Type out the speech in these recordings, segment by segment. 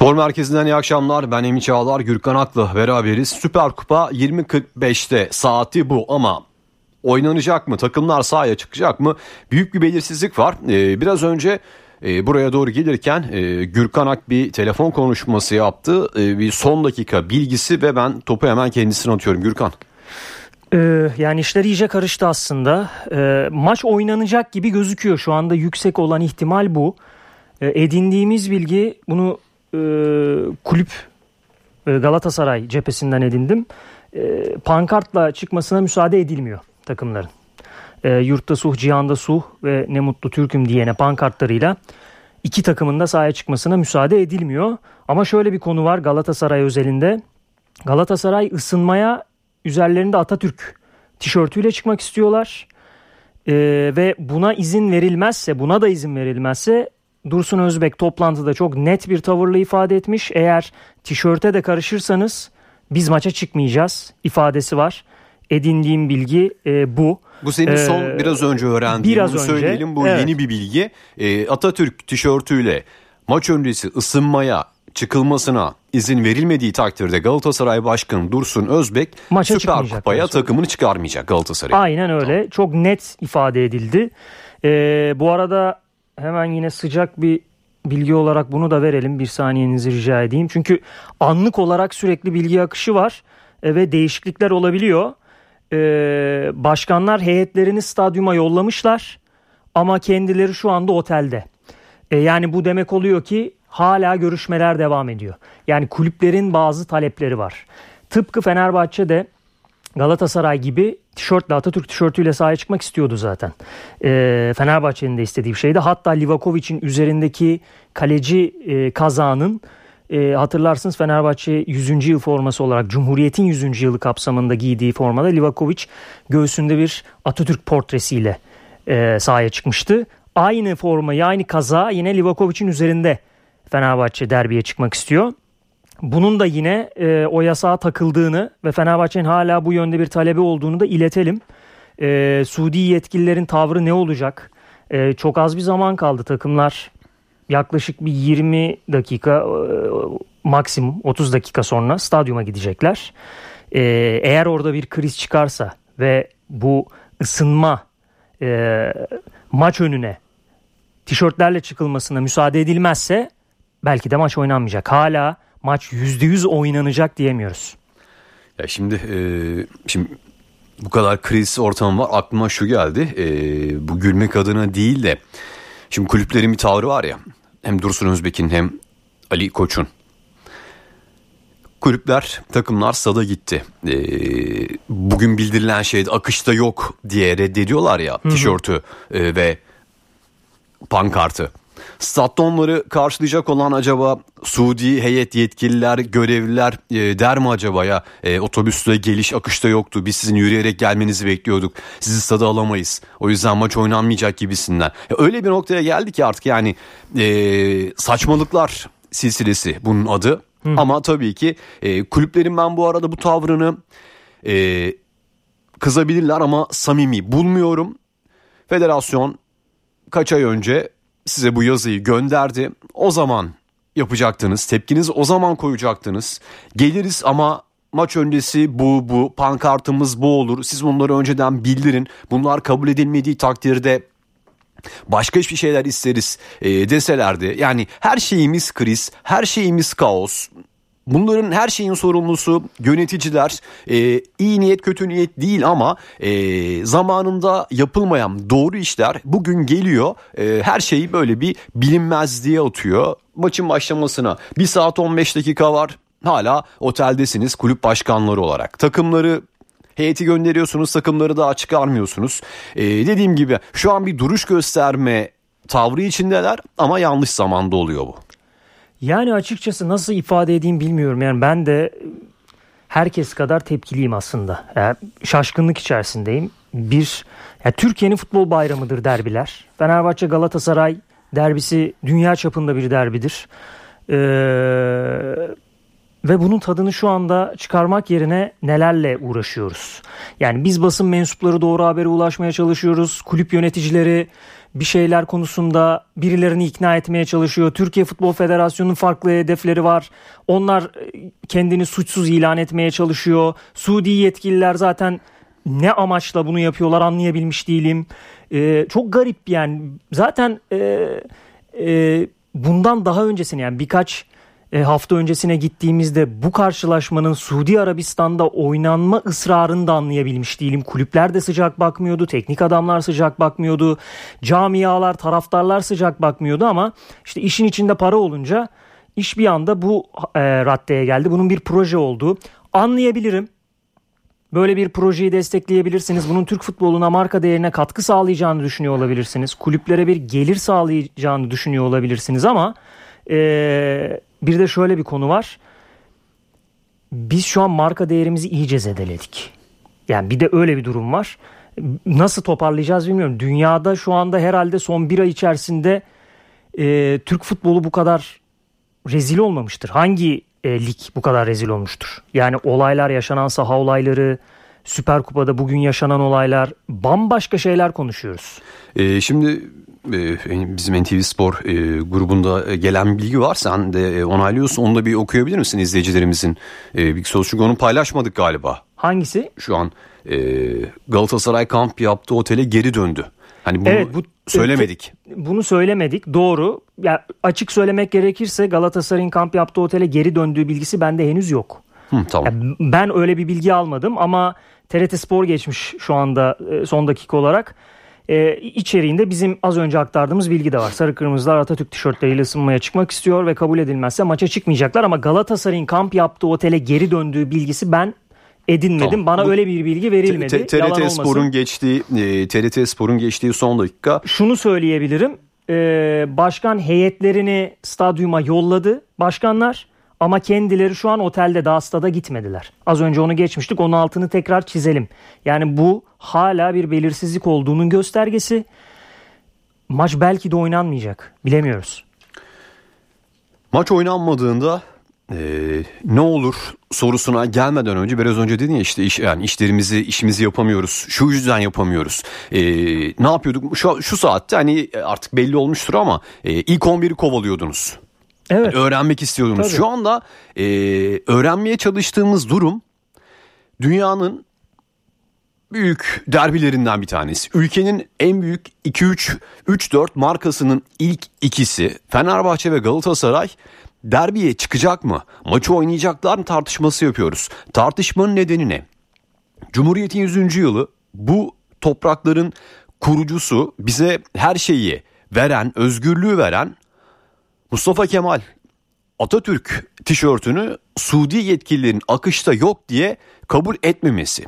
Spor Merkezi'nden iyi akşamlar. Ben Emi Çağlar, Gürkan Ak'la beraberiz. Süper Kupa 20.45'te saati bu ama oynanacak mı? Takımlar sahaya çıkacak mı? Büyük bir belirsizlik var. Biraz önce buraya doğru gelirken Gürkan Ak bir telefon konuşması yaptı. Bir son dakika bilgisi ve ben topu hemen kendisine atıyorum. Gürkan. Yani işler iyice karıştı aslında. Maç oynanacak gibi gözüküyor. Şu anda yüksek olan ihtimal bu. Edindiğimiz bilgi, bunu kulüp Galatasaray cephesinden edindim. Pankartla çıkmasına müsaade edilmiyor takımların. Yurtta sulh, cihanda sulh ve ne mutlu Türk'üm diyene pankartlarıyla iki takımın da sahaya çıkmasına müsaade edilmiyor. Ama şöyle bir konu var Galatasaray özelinde. Galatasaray ısınmaya üzerlerinde Atatürk tişörtüyle çıkmak istiyorlar. Ve buna da izin verilmezse Dursun Özbek toplantıda çok net bir tavırla ifade etmiş. Eğer tişörte de karışırsanız biz maça çıkmayacağız ifadesi var. Edindiğim bilgi bu. Bu senin son biraz önce öğrendiğin. Bunu söyleyelim. Bu evet. Yeni bir bilgi. Atatürk tişörtüyle maç öncesi ısınmaya çıkılmasına izin verilmediği takdirde Galatasaray Başkanı Dursun Özbek maça Süper Kupa'ya takımını çıkarmayacak Galatasaray. Aynen öyle. Tamam. Çok net ifade edildi. Bu arada hemen yine sıcak bir bilgi olarak bunu da verelim. Bir saniyenizi rica edeyim. Çünkü anlık olarak sürekli bilgi akışı var ve değişiklikler olabiliyor. Başkanlar heyetlerini stadyuma yollamışlar ama kendileri şu anda otelde. Yani bu demek oluyor ki hala görüşmeler devam ediyor. Yani kulüplerin bazı talepleri var. Tıpkı Fenerbahçe'de Galatasaray gibi Atatürk tişörtüyle sahaya çıkmak istiyordu zaten. Fenerbahçe'nin de istediği bir şeydi. Hatta Livakovic'in üzerindeki kaleci kazağının hatırlarsınız Fenerbahçe 100. yıl forması olarak Cumhuriyet'in 100. yılı kapsamında giydiği formada Livakovic göğsünde bir Atatürk portresiyle sahaya çıkmıştı. Aynı formayı, aynı kazağı yine Livakovic'in üzerinde Fenerbahçe derbiye çıkmak istiyor. Bunun da yine o yasağa takıldığını ve Fenerbahçe'nin hala bu yönde bir talebi olduğunu da iletelim. Suudi yetkililerin tavrı ne olacak? Çok az bir zaman kaldı. Takımlar yaklaşık bir 20 dakika maksimum 30 dakika sonra stadyuma gidecekler. Eğer orada bir kriz çıkarsa ve bu ısınma maç önüne tişörtlerle çıkılmasına müsaade edilmezse belki de maç oynanmayacak. Hala maç %100 oynanacak diyemiyoruz. Ya şimdi bu kadar kriz ortamı var. Aklıma şu geldi. Bu gülmek adına değil de şimdi kulüplerin bir tavrı var ya. Hem Dursun Özbek'in hem Ali Koç'un. Kulüpler, takımlar stada gitti. Bugün bildirilen şey akışta yok diye reddediyorlar ya tişörtü ve pankartı. Statta onları karşılayacak olan acaba Suudi heyet, yetkililer, görevliler der mi acaba ya otobüsle geliş akışta yoktu, biz sizin yürüyerek gelmenizi bekliyorduk, sizi stada alamayız, o yüzden maç oynanmayacak gibisinden. Öyle bir noktaya geldi ki artık yani saçmalıklar silsilesi bunun adı. Ama tabii ki kulüplerin ben bu arada bu tavrını kızabilirler ama samimi bulmuyorum. Federasyon kaç ay önce size bu yazıyı gönderdi. O zaman yapacaktınız. Tepkinizi o zaman koyacaktınız. Geliriz ama maç öncesi bu pankartımız bu olur. Siz bunları önceden bildirin. Bunlar kabul edilmediği takdirde başka hiçbir şeyler isteriz deselerdi. Yani her şeyimiz kriz, her şeyimiz kaos. Bunların her şeyin sorumlusu yöneticiler. İyi niyet kötü niyet değil ama zamanında yapılmayan doğru işler bugün geliyor. Her şeyi böyle bir bilinmezliğe atıyor. Maçın başlamasına 1 saat 15 dakika var. Hala oteldesiniz kulüp başkanları olarak. Takımları, heyeti gönderiyorsunuz, takımları daha çıkarmıyorsunuz. Dediğim gibi şu an bir duruş gösterme tavrı içindeler ama yanlış zamanda oluyor bu. Yani açıkçası nasıl ifade edeyim bilmiyorum. Yani ben de herkes kadar tepkiliyim aslında. Yani şaşkınlık içerisindeyim. Türkiye'nin futbol bayramıdır derbiler. Fenerbahçe Galatasaray derbisi dünya çapında bir derbidir. Ve bunun tadını şu anda çıkarmak yerine nelerle uğraşıyoruz? Yani biz basın mensupları doğru habere ulaşmaya çalışıyoruz. Kulüp yöneticileri bir şeyler konusunda birilerini ikna etmeye çalışıyor. Türkiye Futbol Federasyonu'nun farklı hedefleri var. Onlar kendini suçsuz ilan etmeye çalışıyor. Suudi yetkililer zaten ne amaçla bunu yapıyorlar anlayabilmiş değilim. Çok garip yani. Zaten bundan daha öncesine, yani birkaç hafta öncesine gittiğimizde bu karşılaşmanın Suudi Arabistan'da oynanma ısrarını da anlayabilmiş değilim. Kulüpler de sıcak bakmıyordu, teknik adamlar sıcak bakmıyordu, camialar, taraftarlar sıcak bakmıyordu ama işte işin içinde para olunca iş bir anda bu raddeye geldi. Bunun bir proje olduğu anlayabilirim. Böyle bir projeyi destekleyebilirsiniz. Bunun Türk futboluna, marka değerine katkı sağlayacağını düşünüyor olabilirsiniz. Kulüplere bir gelir sağlayacağını düşünüyor olabilirsiniz ama bir de şöyle bir konu var. Biz şu an marka değerimizi iyice zedeledik. Yani bir de öyle bir durum var. Nasıl toparlayacağız bilmiyorum. Dünyada şu anda herhalde son bir ay içerisinde Türk futbolu bu kadar rezil olmamıştır. Hangi lig bu kadar rezil olmuştur? Yani olaylar, yaşanan saha olayları, Süper Kupa'da bugün yaşanan olaylar, bambaşka şeyler konuşuyoruz. Şimdi bizim NTV Spor grubunda gelen bilgi var. Sen de onaylıyorsun. Onu da bir okuyabilir misin izleyicilerimizin bilgisi olsun? Çünkü onu paylaşmadık galiba. Hangisi? Şu an Galatasaray kamp yaptığı otele geri döndü. Hani bunu evet, söylemedik. Bunu söylemedik. Doğru. Ya, açık söylemek gerekirse Galatasaray'ın kamp yaptığı otele geri döndüğü bilgisi bende henüz yok. Tamam. Yani ben öyle bir bilgi almadım ama TRT Spor geçmiş şu anda son dakika olarak. İçeriğinde bizim az önce aktardığımız bilgi de var. Sarı Kırmızılar Atatürk tişörtleriyle ısınmaya çıkmak istiyor ve kabul edilmezse maça çıkmayacaklar ama Galatasaray'ın kamp yaptığı otele geri döndüğü bilgisi ben edinmedim. Tamam. Bana öyle bir bilgi verilmedi. TRT Spor'un geçtiği son dakika. Şunu söyleyebilirim. Başkan heyetlerini stadyuma yolladı başkanlar ama kendileri şu an otelde, daha stada gitmediler. Az önce onu geçmiştik. Onun altını tekrar çizelim. Yani bu hala bir belirsizlik olduğunun göstergesi. Maç belki de oynanmayacak. Bilemiyoruz. Maç oynanmadığında ne olur sorusuna gelmeden önce, biraz önce dedin ya işte işimizi yapamıyoruz. Şu yüzden yapamıyoruz. Ne yapıyorduk? Şu saatte hani artık belli olmuştur ama ilk 11'i kovalıyordunuz. Evet. Yani öğrenmek istiyordunuz. Tabii. Şu anda öğrenmeye çalıştığımız durum dünyanın büyük derbilerinden bir tanesi. Ülkenin en büyük 3-4 markasının ilk ikisi Fenerbahçe ve Galatasaray derbiye çıkacak mı? Maçı oynayacaklar mı tartışması yapıyoruz. Tartışmanın nedeni ne? Cumhuriyet'in 100. yılı, bu toprakların kurucusu, bize her şeyi veren, özgürlüğü veren Mustafa Kemal Atatürk tişörtünü Suudi yetkililerin akışta yok diye kabul etmemesi.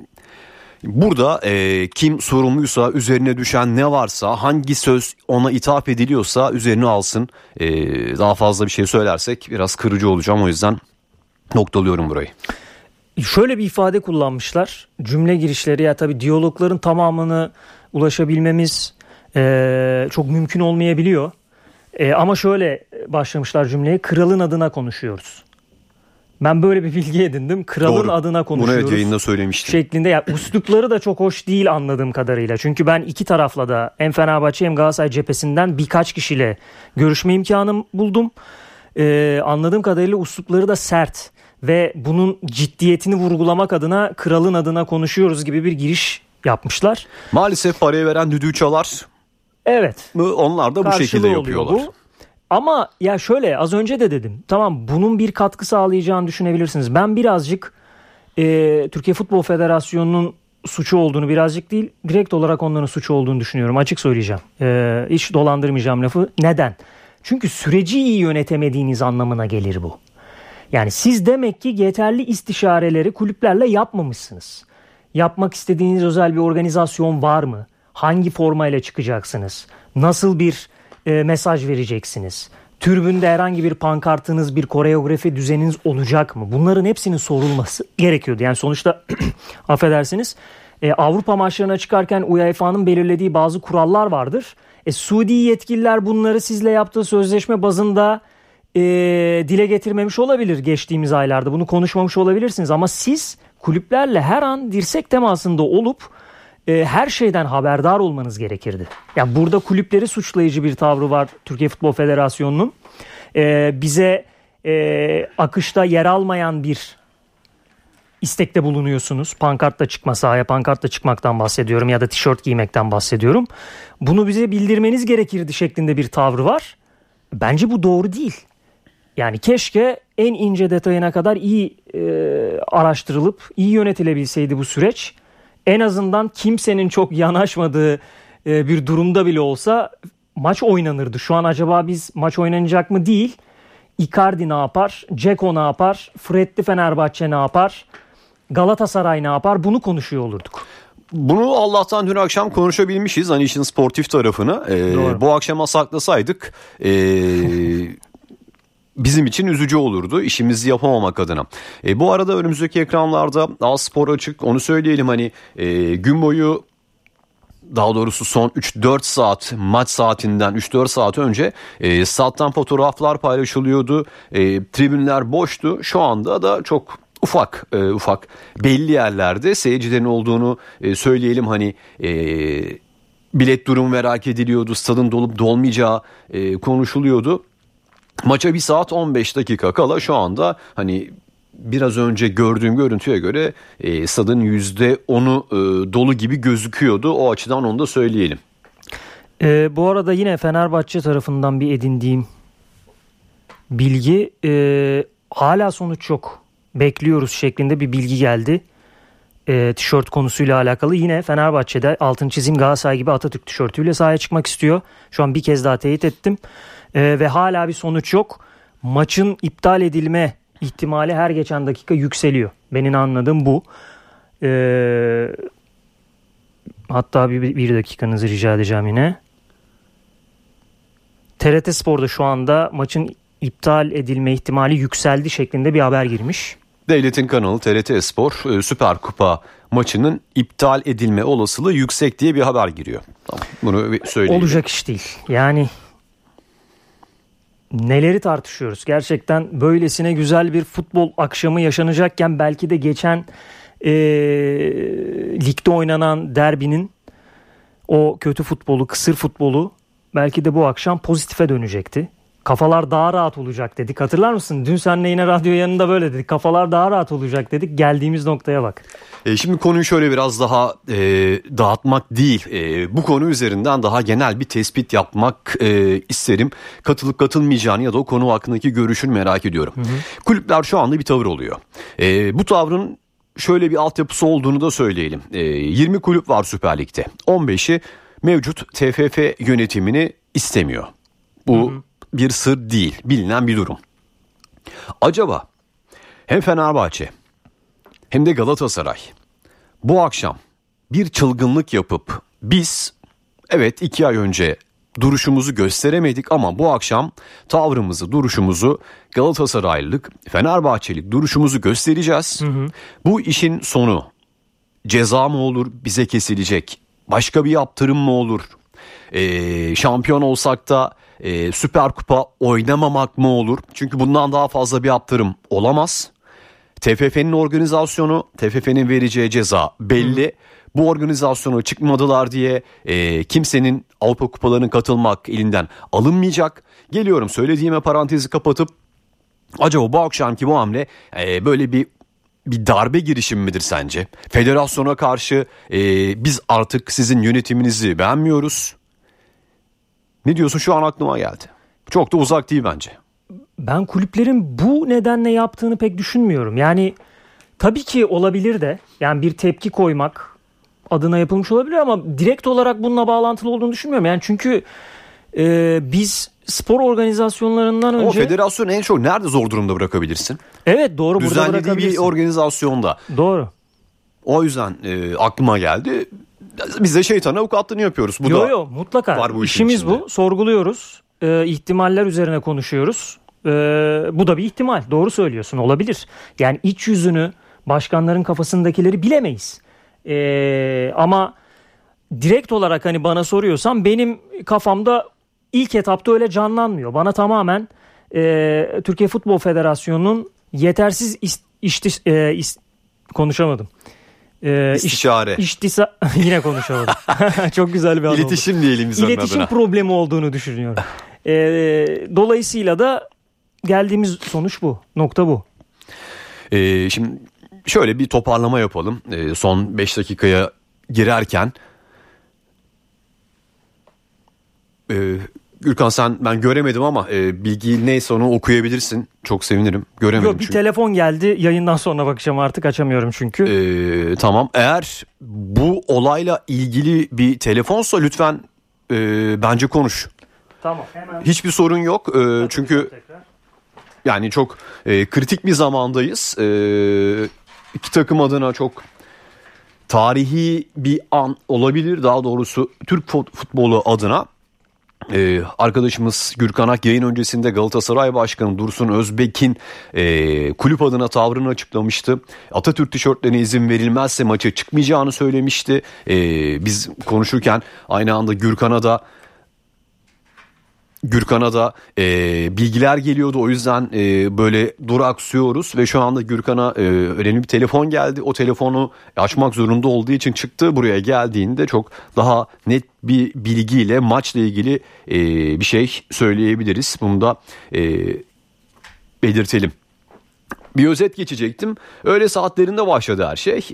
Burada kim sorumluysa, üzerine düşen ne varsa, hangi söz ona ithaf ediliyorsa üzerine alsın. Daha fazla bir şey söylersek biraz kırıcı olacağım, o yüzden noktalıyorum burayı. Şöyle bir ifade kullanmışlar. Cümle girişleri, ya tabii diyalogların tamamını ulaşabilmemiz çok mümkün olmayabiliyor. Ama şöyle başlamışlar cümleyi: kralın adına konuşuyoruz. Ben böyle bir bilgi edindim. Kralın Doğru. adına konuşuyoruz. Bunu evet yayında söylemiştim. Şeklinde. Ya üslupları da çok hoş değil anladığım kadarıyla. Çünkü ben iki tarafla da hem Fenerbahçe hem Galatasaray cephesinden birkaç kişiyle görüşme imkanı buldum. Anladığım kadarıyla üslupları da sert ve bunun ciddiyetini vurgulamak adına kralın adına konuşuyoruz gibi bir giriş yapmışlar. Maalesef parayı veren düdüğü çalar. Evet. Onlar da bu şekilde yapıyorlar. Bu. Ama ya şöyle, az önce de dedim. Tamam, bunun bir katkı sağlayacağını düşünebilirsiniz. Ben birazcık Türkiye Futbol Federasyonu'nun suçu olduğunu, birazcık değil direkt olarak onların suçu olduğunu düşünüyorum. Açık söyleyeceğim. Hiç dolandırmayacağım lafı. Neden? Çünkü süreci iyi yönetemediğiniz anlamına gelir bu. Yani siz demek ki yeterli istişareleri kulüplerle yapmamışsınız. Yapmak istediğiniz özel bir organizasyon var mı? Hangi formayla çıkacaksınız? Nasıl bir mesaj vereceksiniz? Tribünde herhangi bir pankartınız, bir koreografi düzeniniz olacak mı? Bunların hepsinin sorulması gerekiyordu. Yani sonuçta affedersiniz, Avrupa maçlarına çıkarken UEFA'nın belirlediği bazı kurallar vardır. Suudi yetkililer bunları sizle yaptığı sözleşme bazında dile getirmemiş olabilir geçtiğimiz aylarda. Bunu konuşmamış olabilirsiniz ama siz kulüplerle her an dirsek temasında olup her şeyden haberdar olmanız gerekirdi. Yani burada kulüpleri suçlayıcı bir tavrı var Türkiye Futbol Federasyonu'nun. Bize akışta yer almayan bir istekte bulunuyorsunuz. Pankartla çıkma, sahaya pankartla çıkmaktan bahsediyorum ya da tişört giymekten bahsediyorum. Bunu bize bildirmeniz gerekirdi şeklinde bir tavrı var. Bence bu doğru değil. Yani keşke en ince detayına kadar iyi araştırılıp iyi yönetilebilseydi bu süreç. En azından kimsenin çok yanaşmadığı bir durumda bile olsa maç oynanırdı. Şu an acaba biz maç oynanacak mı değil. Icardi ne yapar? Dzeko ne yapar? Fred'li Fenerbahçe ne yapar? Galatasaray ne yapar? Bunu konuşuyor olurduk. Bunu Allah'tan dün akşam konuşabilmişiz. Hani işin sportif tarafını. Bu akşama saklasaydık bizim için üzücü olurdu işimizi yapamamak adına. Bu arada önümüzdeki ekranlarda A Spor açık, onu söyleyelim, hani gün boyu, daha doğrusu son 3-4 saat maç saatinden 3-4 saat önce stat'tan fotoğraflar paylaşılıyordu. Tribünler boştu. Şu anda da çok ufak belli yerlerde seyircilerin olduğunu söyleyelim. Hani bilet durumu merak ediliyordu. Stadın dolup dolmayacağı konuşuluyordu. Maça 1 saat 15 dakika kala şu anda hani biraz önce gördüğüm görüntüye göre stadın %10'u dolu gibi gözüküyordu. O açıdan onu da söyleyelim. Bu arada yine Fenerbahçe tarafından bir edindiğim bilgi, hala sonuç yok, bekliyoruz şeklinde bir bilgi geldi. Tişört konusuyla alakalı yine Fenerbahçe'de, altın çizim, Galatasaray gibi Atatürk tişörtüyle sahaya çıkmak istiyor. Şu an bir kez daha teyit ettim. Ve hala bir sonuç yok. Maçın iptal edilme ihtimali her geçen dakika yükseliyor. Benim anladığım bu. Hatta bir dakikanızı rica edeceğim yine. TRT Spor'da şu anda maçın iptal edilme ihtimali yükseldi şeklinde bir haber girmiş. Devletin kanalı TRT Spor, Süper Kupa maçının iptal edilme olasılığı yüksek diye bir haber giriyor. Tamam, bunu söyleyeyim. Olacak iş değil. Yani neleri tartışıyoruz? Gerçekten böylesine güzel bir futbol akşamı yaşanacakken belki de geçen ligde oynanan derbinin o kötü futbolu, kısır futbolu belki de bu akşam pozitife dönecekti. Kafalar daha rahat olacak dedik. Hatırlar mısın? Dün seninle yine radyo yanında böyle dedik. Kafalar daha rahat olacak dedik. Geldiğimiz noktaya bak. Şimdi konuyu şöyle biraz daha dağıtmak değil, bu konu üzerinden daha genel bir tespit yapmak isterim. Katılıp katılmayacağını ya da o konu hakkındaki görüşünü merak ediyorum. Kulüpler şu anda bir tavır oluyor. Bu tavrın şöyle bir altyapısı olduğunu da söyleyelim. 20 kulüp var Süper Lig'de. 15'i mevcut TFF yönetimini istemiyor. Bu bir sır değil, bilinen bir durum. Acaba hem Fenerbahçe hem de Galatasaray bu akşam bir çılgınlık yapıp biz evet 2 ay önce duruşumuzu gösteremedik ama bu akşam tavrımızı, duruşumuzu, Galatasaraylılık, Fenerbahçelik duruşumuzu göstereceğiz. Bu işin sonu ceza mı olur, bize kesilecek başka bir yaptırım mı olur? Şampiyon olsak da Süper Kupa oynamamak mı olur? Çünkü bundan daha fazla bir yaptırım olamaz. TFF'nin organizasyonu, TFF'nin vereceği ceza belli. Bu organizasyona çıkmadılar diye kimsenin Avrupa Kupalarına katılmak elinden alınmayacak. Geliyorum söylediğime parantezi kapatıp acaba bu akşamki bu hamle böyle bir darbe girişimi midir sence? Federasyona karşı biz artık sizin yönetiminizi beğenmiyoruz. Ne diyorsun? Şu an aklıma geldi. Çok da uzak değil bence. Ben kulüplerin bu nedenle yaptığını pek düşünmüyorum. Yani tabii ki olabilir de, yani bir tepki koymak adına yapılmış olabilir ama direkt olarak bununla bağlantılı olduğunu düşünmüyorum. Yani çünkü biz spor organizasyonlarından önce... O federasyonu en çok nerede zor durumda bırakabilirsin? Evet, doğru, burada düzenlediği bırakabilirsin. Bir organizasyonda. Doğru. O yüzden aklıma geldi. Biz de şeytan avukatlığını yapıyoruz. Bu Yo mutlaka. Var bu İşimiz bu. Sorguluyoruz. İhtimaller üzerine konuşuyoruz. Bu da bir ihtimal. Doğru söylüyorsun. Olabilir. Yani iç yüzünü, başkanların kafasındakileri bilemeyiz. Ama direkt olarak hani bana soruyorsan benim kafamda ilk etapta öyle canlanmıyor. Bana tamamen Türkiye Futbol Federasyonu'nun yetersiz konuşamadım. İstişare. Yine konuşamadım. Çok güzel bir an İletişim diyelim biz onun adına. İletişim problemi olduğunu düşünüyorum. Dolayısıyla da geldiğimiz sonuç bu. Nokta bu. Şimdi şöyle bir toparlama yapalım. Son 5 dakikaya girerken. Gürkan ben göremedim ama bilgi neyse onu okuyabilirsin. Çok sevinirim. Göremedim. Yok, bir telefon geldi. Yayından sonra bakacağım, artık açamıyorum çünkü. Tamam. Eğer bu olayla ilgili bir telefonsa lütfen bence konuş. Tamam. Hemen. Hiçbir sorun yok. Çünkü yani çok kritik bir zamandayız. İki takım adına çok tarihi bir an olabilir. Daha doğrusu Türk futbolu adına. Arkadaşımız Gürkan Ak yayın öncesinde Galatasaray Başkanı Dursun Özbek'in kulüp adına tavrını açıklamıştı. Atatürk tişörtlerine izin verilmezse maça çıkmayacağını söylemişti. Biz konuşurken aynı anda Gürkan'a da bilgiler geliyordu. O yüzden böyle duraksıyoruz ve şu anda Gürkan'a önemli bir telefon geldi. O telefonu açmak zorunda olduğu için çıktı. Buraya geldiğinde çok daha net bir bilgiyle maçla ilgili bir şey söyleyebiliriz. Bunu da belirtelim. Bir özet geçecektim. Öğle saatlerinde başladı her şey.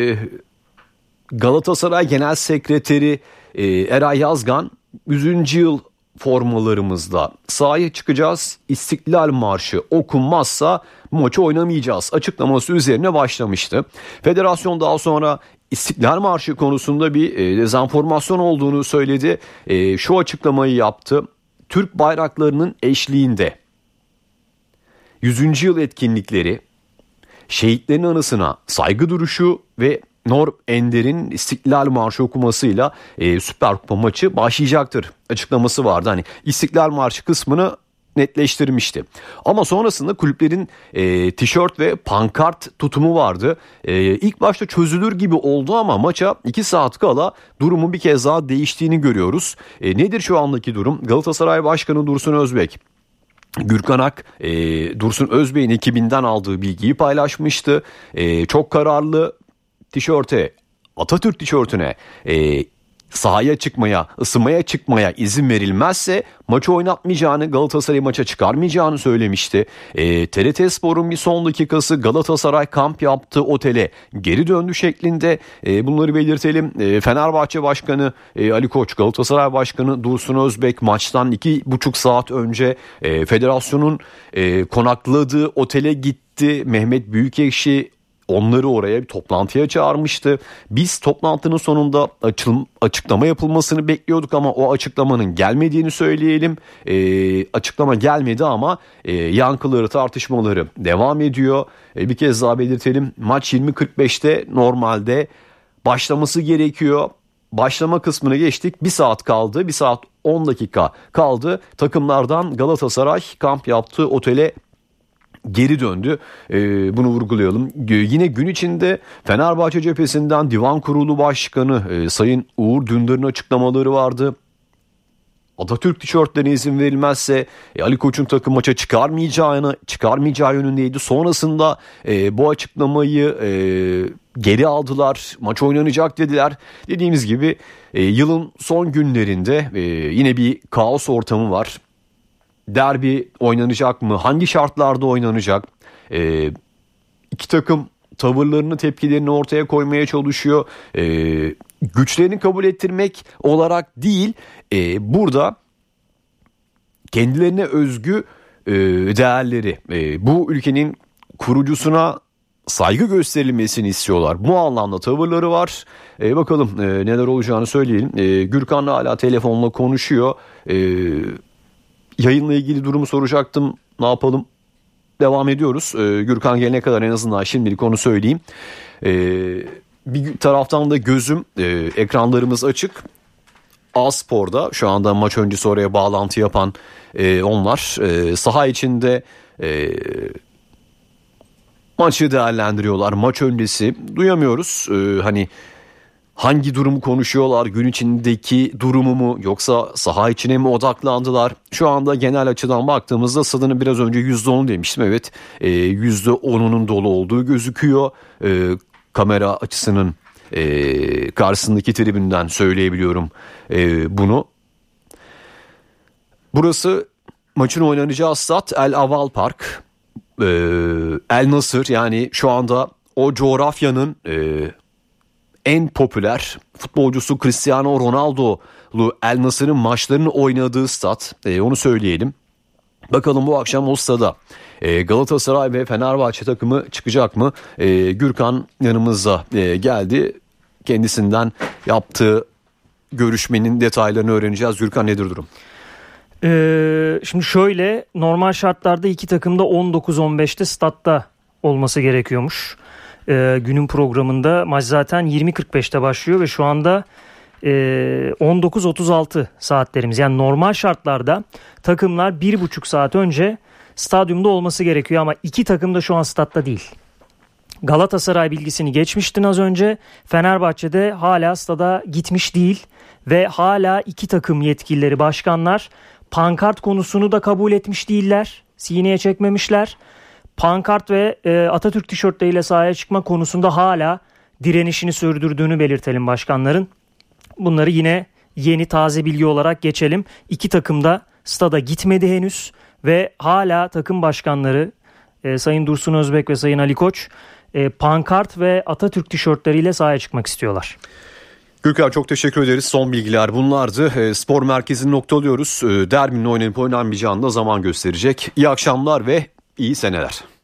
Galatasaray Genel Sekreteri Eray Yazgan 100. yıl formalarımızla sahaya çıkacağız. İstiklal Marşı okunmazsa maçı oynamayacağız açıklaması üzerine başlamıştı. Federasyon daha sonra İstiklal Marşı konusunda bir dezenformasyon olduğunu söyledi. Şu açıklamayı yaptı. Türk bayraklarının eşliğinde 100. yıl etkinlikleri, şehitlerin anısına saygı duruşu ve Norm Ender'in İstiklal Marşı okumasıyla Süper Kupa maçı başlayacaktır açıklaması vardı. Hani İstiklal Marşı kısmını netleştirmişti. Ama sonrasında kulüplerin tişört ve pankart tutumu vardı. İlk başta çözülür gibi oldu ama maça 2 saat kala durumun bir kez daha değiştiğini görüyoruz. Nedir şu andaki durum? Galatasaray Başkanı Dursun Özbek, Gürkan Ak, Dursun Özbek'in ekibinden aldığı bilgiyi paylaşmıştı. Çok kararlı, Atatürk tişörtüne sahaya çıkmaya, ısınmaya çıkmaya izin verilmezse maçı oynatmayacağını, Galatasaray'ı maça çıkarmayacağını söylemişti. TRT Spor'un bir son dakikası Galatasaray kamp yaptığı otele geri döndü şeklinde, bunları belirtelim. Fenerbahçe Başkanı Ali Koç, Galatasaray Başkanı Dursun Özbek maçtan 2,5 saat önce federasyonun konakladığı otele gitti. Mehmet Büyükekşi onları oraya bir toplantıya çağırmıştı. Biz toplantının sonunda açıklama yapılmasını bekliyorduk ama o açıklamanın gelmediğini söyleyelim. Açıklama gelmedi ama yankıları, tartışmaları devam ediyor. Bir kez daha belirtelim. Maç 20.45'te normalde başlaması gerekiyor. Başlama kısmını geçtik. 1 saat kaldı. 1 saat 10 dakika kaldı. Takımlardan Galatasaray kamp yaptığı otele geri döndü. Bunu vurgulayalım. Yine gün içinde Fenerbahçe cephesinden Divan Kurulu Başkanı Sayın Uğur Dündar'ın açıklamaları vardı. Atatürk tişörtlerine izin verilmezse Ali Koç'un takım maça çıkarmayacağı yönündeydi. Sonrasında bu açıklamayı geri aldılar. Maç oynanacak dediler. Dediğimiz gibi yılın son günlerinde yine bir kaos ortamı var. Derbi oynanacak mı? Hangi şartlarda oynanacak? İki takım tavırlarını, tepkilerini ortaya koymaya çalışıyor. Güçlerini kabul ettirmek olarak değil, burada kendilerine özgü değerleri, bu ülkenin kurucusuna saygı gösterilmesini istiyorlar. Bu anlamda tavırları var. Bakalım neler olacağını söyleyelim. Gürkan'la hala telefonla konuşuyor. Yayınla ilgili durumu soracaktım. Ne yapalım? Devam ediyoruz. Gürkan gelene kadar en azından şimdilik onu söyleyeyim. Bir taraftan da gözüm, ekranlarımız açık. A-Spor'da şu anda maç öncesi oraya bağlantı yapan onlar. Saha içinde maçı değerlendiriyorlar. Maç öncesi duyamıyoruz. Hani hangi durumu konuşuyorlar? Gün içindeki durumu mu yoksa saha içine mi odaklandılar? Şu anda genel açıdan baktığımızda stadının biraz önce %10 demiştim. Evet, %10'unun dolu olduğu gözüküyor. kamera açısının karşısındaki tribünden söyleyebiliyorum bunu. Burası maçın oynanacağı stat El Aval Park. El Nasır, yani şu anda o coğrafyanın en popüler futbolcusu Cristiano Ronaldo'lu El Nasır'ın maçlarını oynadığı stat. Onu söyleyelim. Bakalım bu akşam o stada Galatasaray ve Fenerbahçe takımı çıkacak mı? Gürkan yanımıza geldi. Kendisinden yaptığı görüşmenin detaylarını öğreneceğiz. Gürkan, nedir durum? Şimdi şöyle, normal şartlarda iki takım da 19-15'te statta olması gerekiyormuş. Günün programında maç zaten 20.45'te başlıyor ve şu anda 19.36 saatlerimiz. Yani normal şartlarda takımlar 1,5 saat önce stadyumda olması gerekiyor ama iki takım da şu an statta değil. Galatasaray bilgisini geçmiştin az önce. Fenerbahçe'de hala stada gitmiş değil ve hala iki takım yetkilileri, başkanlar pankart konusunu da kabul etmiş değiller. Sineye çekmemişler. Pankart ve Atatürk tişörtleriyle sahaya çıkma konusunda hala direnişini sürdürdüğünü belirtelim başkanların. Bunları yine yeni taze bilgi olarak geçelim. İki takım da stada gitmedi henüz ve hala takım başkanları Sayın Dursun Özbek ve Sayın Ali Koç pankart ve Atatürk tişörtleriyle sahaya çıkmak istiyorlar. Gürkan, çok teşekkür ederiz. Son bilgiler bunlardı. Spor merkezini noktalıyoruz. Derbinin oynanıp oynanmayacağını da zaman gösterecek. İyi akşamlar ve iyi seneler.